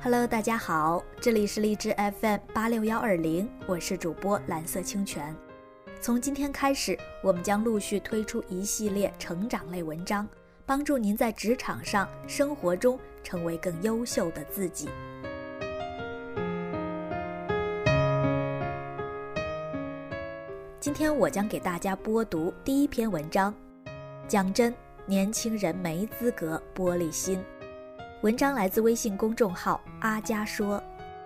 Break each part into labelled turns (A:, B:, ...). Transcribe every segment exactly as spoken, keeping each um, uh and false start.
A: Hello， 大家好，这里是荔枝 F M 八六一二零，我是主播蓝色清泉。从今天开始，我们将陆续推出一系列成长类文章，帮助您在职场上、生活中成为更优秀的自己。今天我将给大家播读第一篇文章，讲真，年轻人没资格玻璃心。文章来自微信公众号阿佳说。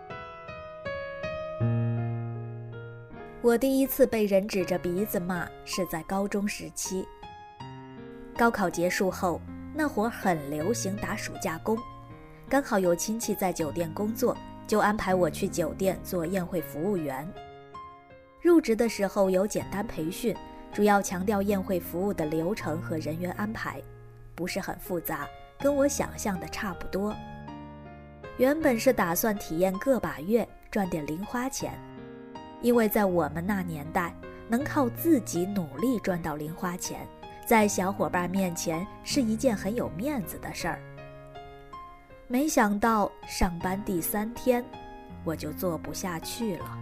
A: 我第一次被人指着鼻子骂是在高中时期。高考结束后，那会儿很流行打暑假工，刚好有亲戚在酒店工作，就安排我去酒店做宴会服务员。入职的时候有简单培训，主要强调宴会服务的流程和人员安排，不是很复杂，跟我想象的差不多。原本是打算体验个把月，赚点零花钱，因为在我们那年代，能靠自己努力赚到零花钱，在小伙伴面前是一件很有面子的事儿。没想到上班第三天，我就做不下去了。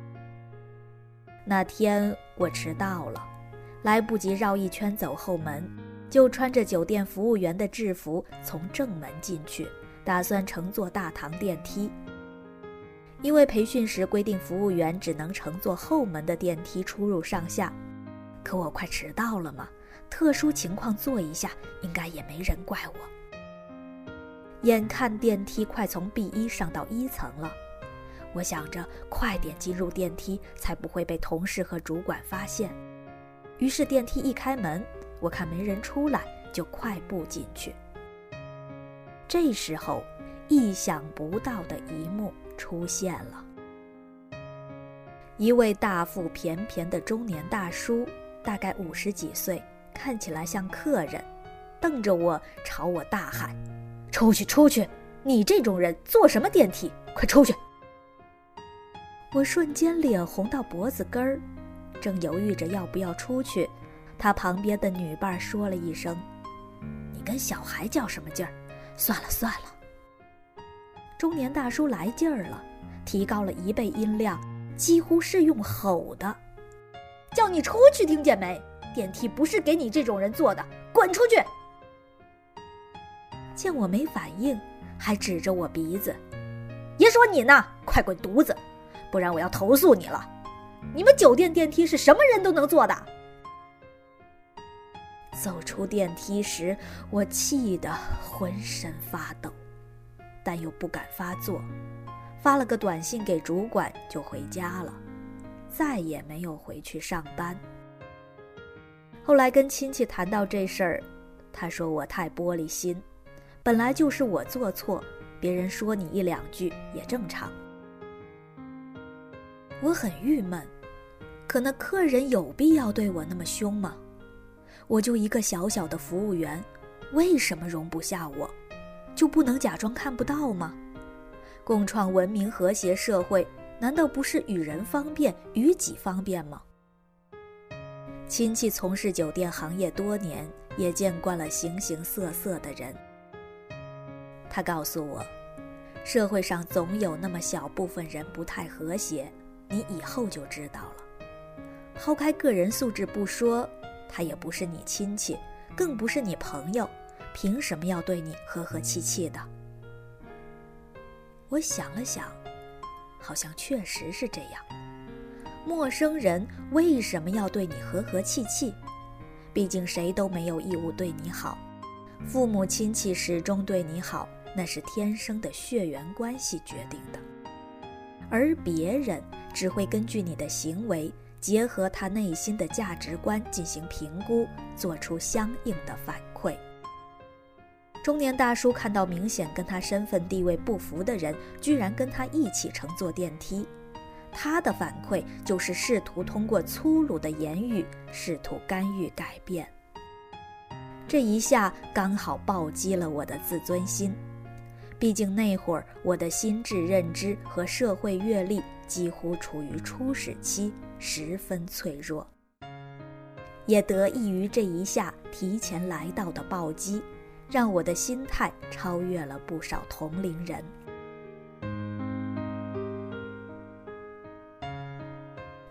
A: 那天我迟到了，来不及绕一圈走后门，就穿着酒店服务员的制服从正门进去，打算乘坐大堂电梯。因为培训时规定服务员只能乘坐后门的电梯出入上下，可我快迟到了嘛，特殊情况坐一下应该也没人怪我。眼看电梯快从 B 一 上到一层了，我想着快点进入电梯才不会被同事和主管发现。于是电梯一开门，我看没人出来，就快步进去。这时候意想不到的一幕出现了。一位大腹便便的中年大叔，大概五十几岁，看起来像客人，瞪着我朝我大喊：出去出去，你这种人坐什么电梯，快出去。我瞬间脸红到脖子根儿，正犹豫着要不要出去，他旁边的女伴说了一声：你跟小孩较什么劲儿，算了算了。中年大叔来劲儿了，提高了一倍音量，几乎是用吼的：叫你出去听见没，电梯不是给你这种人坐的，滚出去。见我没反应，还指着我鼻子：别说你呢，快滚犊子，不然我要投诉你了。你们酒店电梯是什么人都能坐的。走出电梯时，我气得浑身发抖，但又不敢发作，发了个短信给主管就回家了，再也没有回去上班。后来跟亲戚谈到这事儿，他说我太玻璃心，本来就是我做错，别人说你一两句也正常。我很郁闷，可那客人有必要对我那么凶吗？我就一个小小的服务员，为什么容不下我？就不能假装看不到吗？共创文明和谐社会，难道不是与人方便，与己方便吗？亲戚从事酒店行业多年，也见惯了形形色色的人。他告诉我，社会上总有那么小部分人不太和谐，你以后就知道了。抛开个人素质不说，他也不是你亲戚，更不是你朋友，凭什么要对你和和气气的？我想了想，好像确实是这样。陌生人为什么要对你和和气气？毕竟谁都没有义务对你好，父母亲戚始终对你好，那是天生的血缘关系决定的。而别人只会根据你的行为，结合他内心的价值观进行评估，做出相应的反馈。中年大叔看到明显跟他身份地位不符的人居然跟他一起乘坐电梯，他的反馈就是试图通过粗鲁的言语试图干预改变。这一下刚好暴击了我的自尊心，毕竟那会儿我的心智认知和社会阅历几乎处于初始期，十分脆弱。也得益于这一下提前来到的暴击，让我的心态超越了不少同龄人。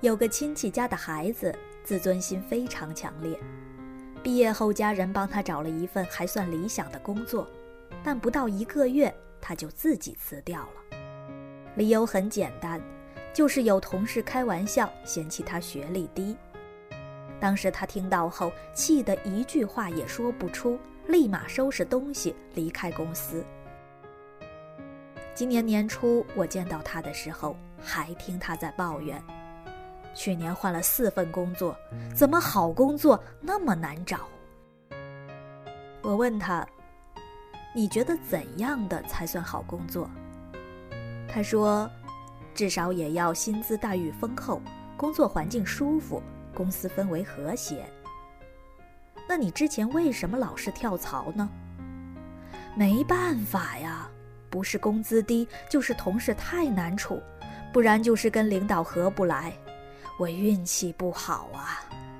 A: 有个亲戚家的孩子自尊心非常强烈，毕业后家人帮他找了一份还算理想的工作，但不到一个月他就自己辞掉了。理由很简单，就是有同事开玩笑嫌弃他学历低。当时他听到后气得一句话也说不出，立马收拾东西离开公司。今年年初我见到他的时候，还听他在抱怨，去年换了四份工作，怎么好工作那么难找？我问他，你觉得怎样的才算好工作？他说，至少也要薪资待遇丰厚，工作环境舒服，公司氛围和谐。那你之前为什么老是跳槽呢？没办法呀，不是工资低，就是同事太难处，不然就是跟领导合不来，我运气不好啊。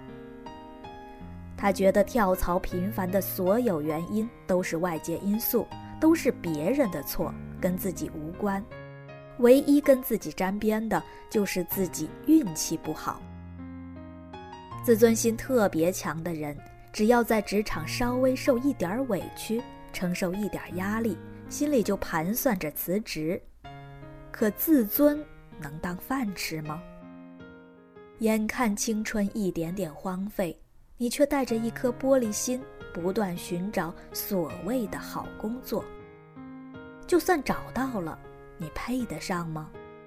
A: 他觉得跳槽频繁的所有原因都是外界因素，都是别人的错，跟自己无关。唯一跟自己沾边的就是自己运气不好。自尊心特别强的人，只要在职场稍微受一点委屈，承受一点压力，心里就盘算着辞职。可自尊能当饭吃吗？眼看青春一点点荒废，你却带着一颗玻璃心，不断寻找所谓的好工作。就算找到了，你配得上吗？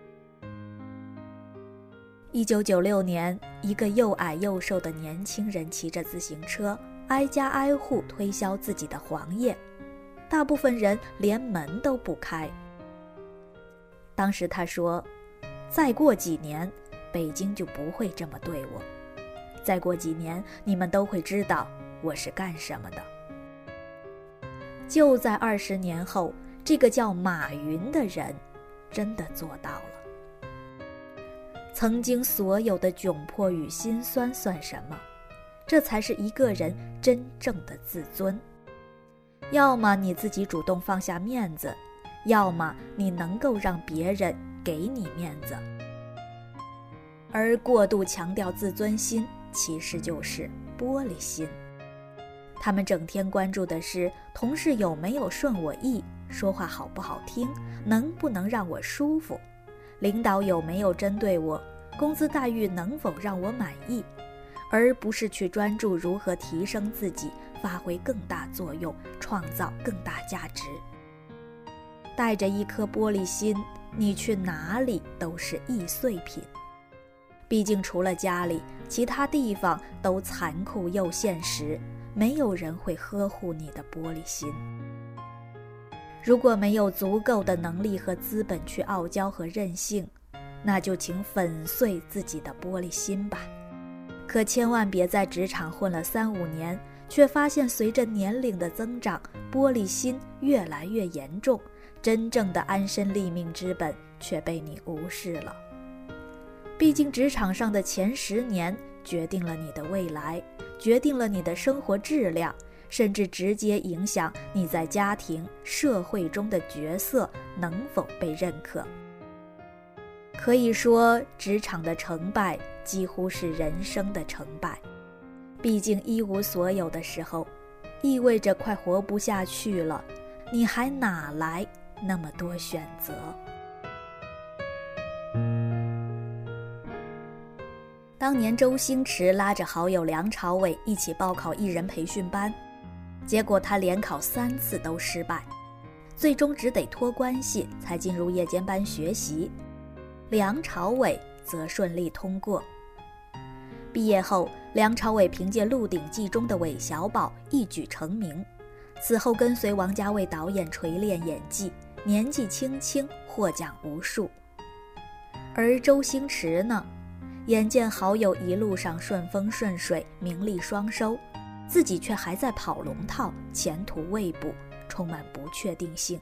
A: 一九九六年，一个又矮又瘦的年轻人骑着自行车，挨家挨户推销自己的黄页，大部分人连门都不开。当时他说，再过几年，北京就不会这么对我，再过几年，你们都会知道我是干什么的。就在二十年后，这个叫马云的人真的做到了。曾经所有的窘迫与心酸算什么？这才是一个人真正的自尊。要么你自己主动放下面子，要么你能够让别人给你面子。而过度强调自尊心，其实就是玻璃心。他们整天关注的是同事有没有顺我意，说话好不好听，能不能让我舒服，领导有没有针对我，工资待遇能否让我满意，而不是去专注如何提升自己，发挥更大作用，创造更大价值。带着一颗玻璃心，你去哪里都是易碎品。毕竟除了家里，其他地方都残酷又现实，没有人会呵护你的玻璃心。如果没有足够的能力和资本去傲娇和任性，那就请粉碎自己的玻璃心吧。可千万别在职场混了三五年，却发现随着年龄的增长，玻璃心越来越严重，真正的安身立命之本却被你无视了。毕竟职场上的前十年决定了你的未来，决定了你的生活质量，甚至直接影响你在家庭、社会中的角色能否被认可。可以说，职场的成败几乎是人生的成败。毕竟一无所有的时候，意味着快活不下去了，你还哪来那么多选择？当年周星驰拉着好友梁朝伟一起报考艺人培训班，结果他连考三次都失败，最终只得托关系才进入夜间班学习。梁朝伟则顺利通过。毕业后，梁朝伟凭借《鹿鼎记》中的韦小宝一举成名，此后跟随王家卫导演锤炼演技，年纪轻轻获奖无数。而周星驰呢，眼见好友一路上顺风顺水，名利双收，自己却还在跑龙套，前途未卜，充满不确定性。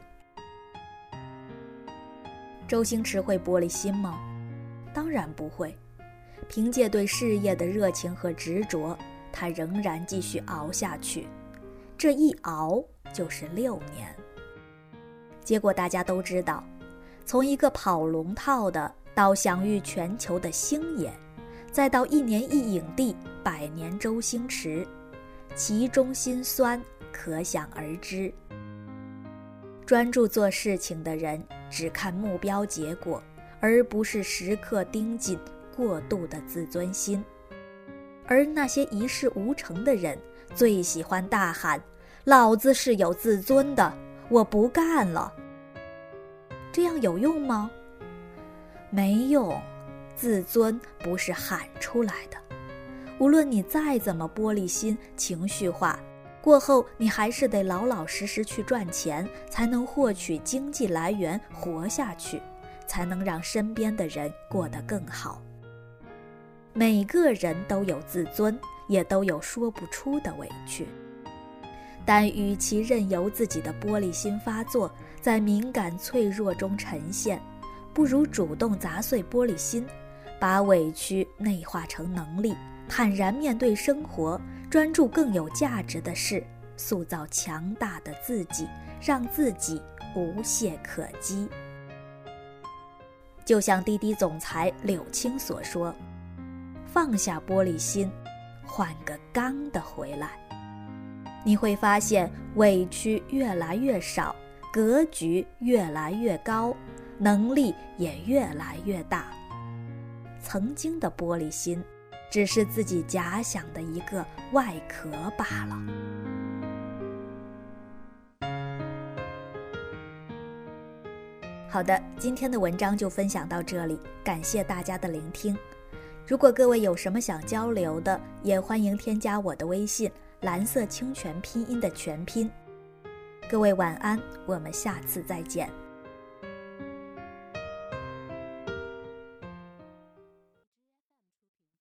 A: 周星驰会玻璃心吗？当然不会。凭借对事业的热情和执着，他仍然继续熬下去。这一熬就是六年。结果大家都知道，从一个跑龙套的到享誉全球的星爷， 再到一年一影帝，百年周星驰，其中辛酸可想而知。专注做事情的人只看目标结果，而不是时刻盯紧过度的自尊心。而那些一事无成的人最喜欢大喊，老子是有自尊的，我不干了。这样有用吗？没用，自尊不是喊出来的。无论你再怎么玻璃心、情绪化，过后你还是得老老实实去赚钱，才能获取经济来源，活下去，才能让身边的人过得更好。每个人都有自尊，也都有说不出的委屈，但与其任由自己的玻璃心发作，在敏感脆弱中呈现，不如主动砸碎玻璃心，把委屈内化成能力，坦然面对生活，专注更有价值的事，塑造强大的自己，让自己无懈可击。就像滴滴总裁柳青所说，放下玻璃心，换个刚的回来，你会发现委屈越来越少，格局越来越高，能力也越来越大。曾经的玻璃心只是自己假想的一个外壳罢了。好的，今天的文章就分享到这里，感谢大家的聆听。如果各位有什么想交流的，也欢迎添加我的微信，蓝色清泉拼音的全拼。各位晚安，我们下次再见。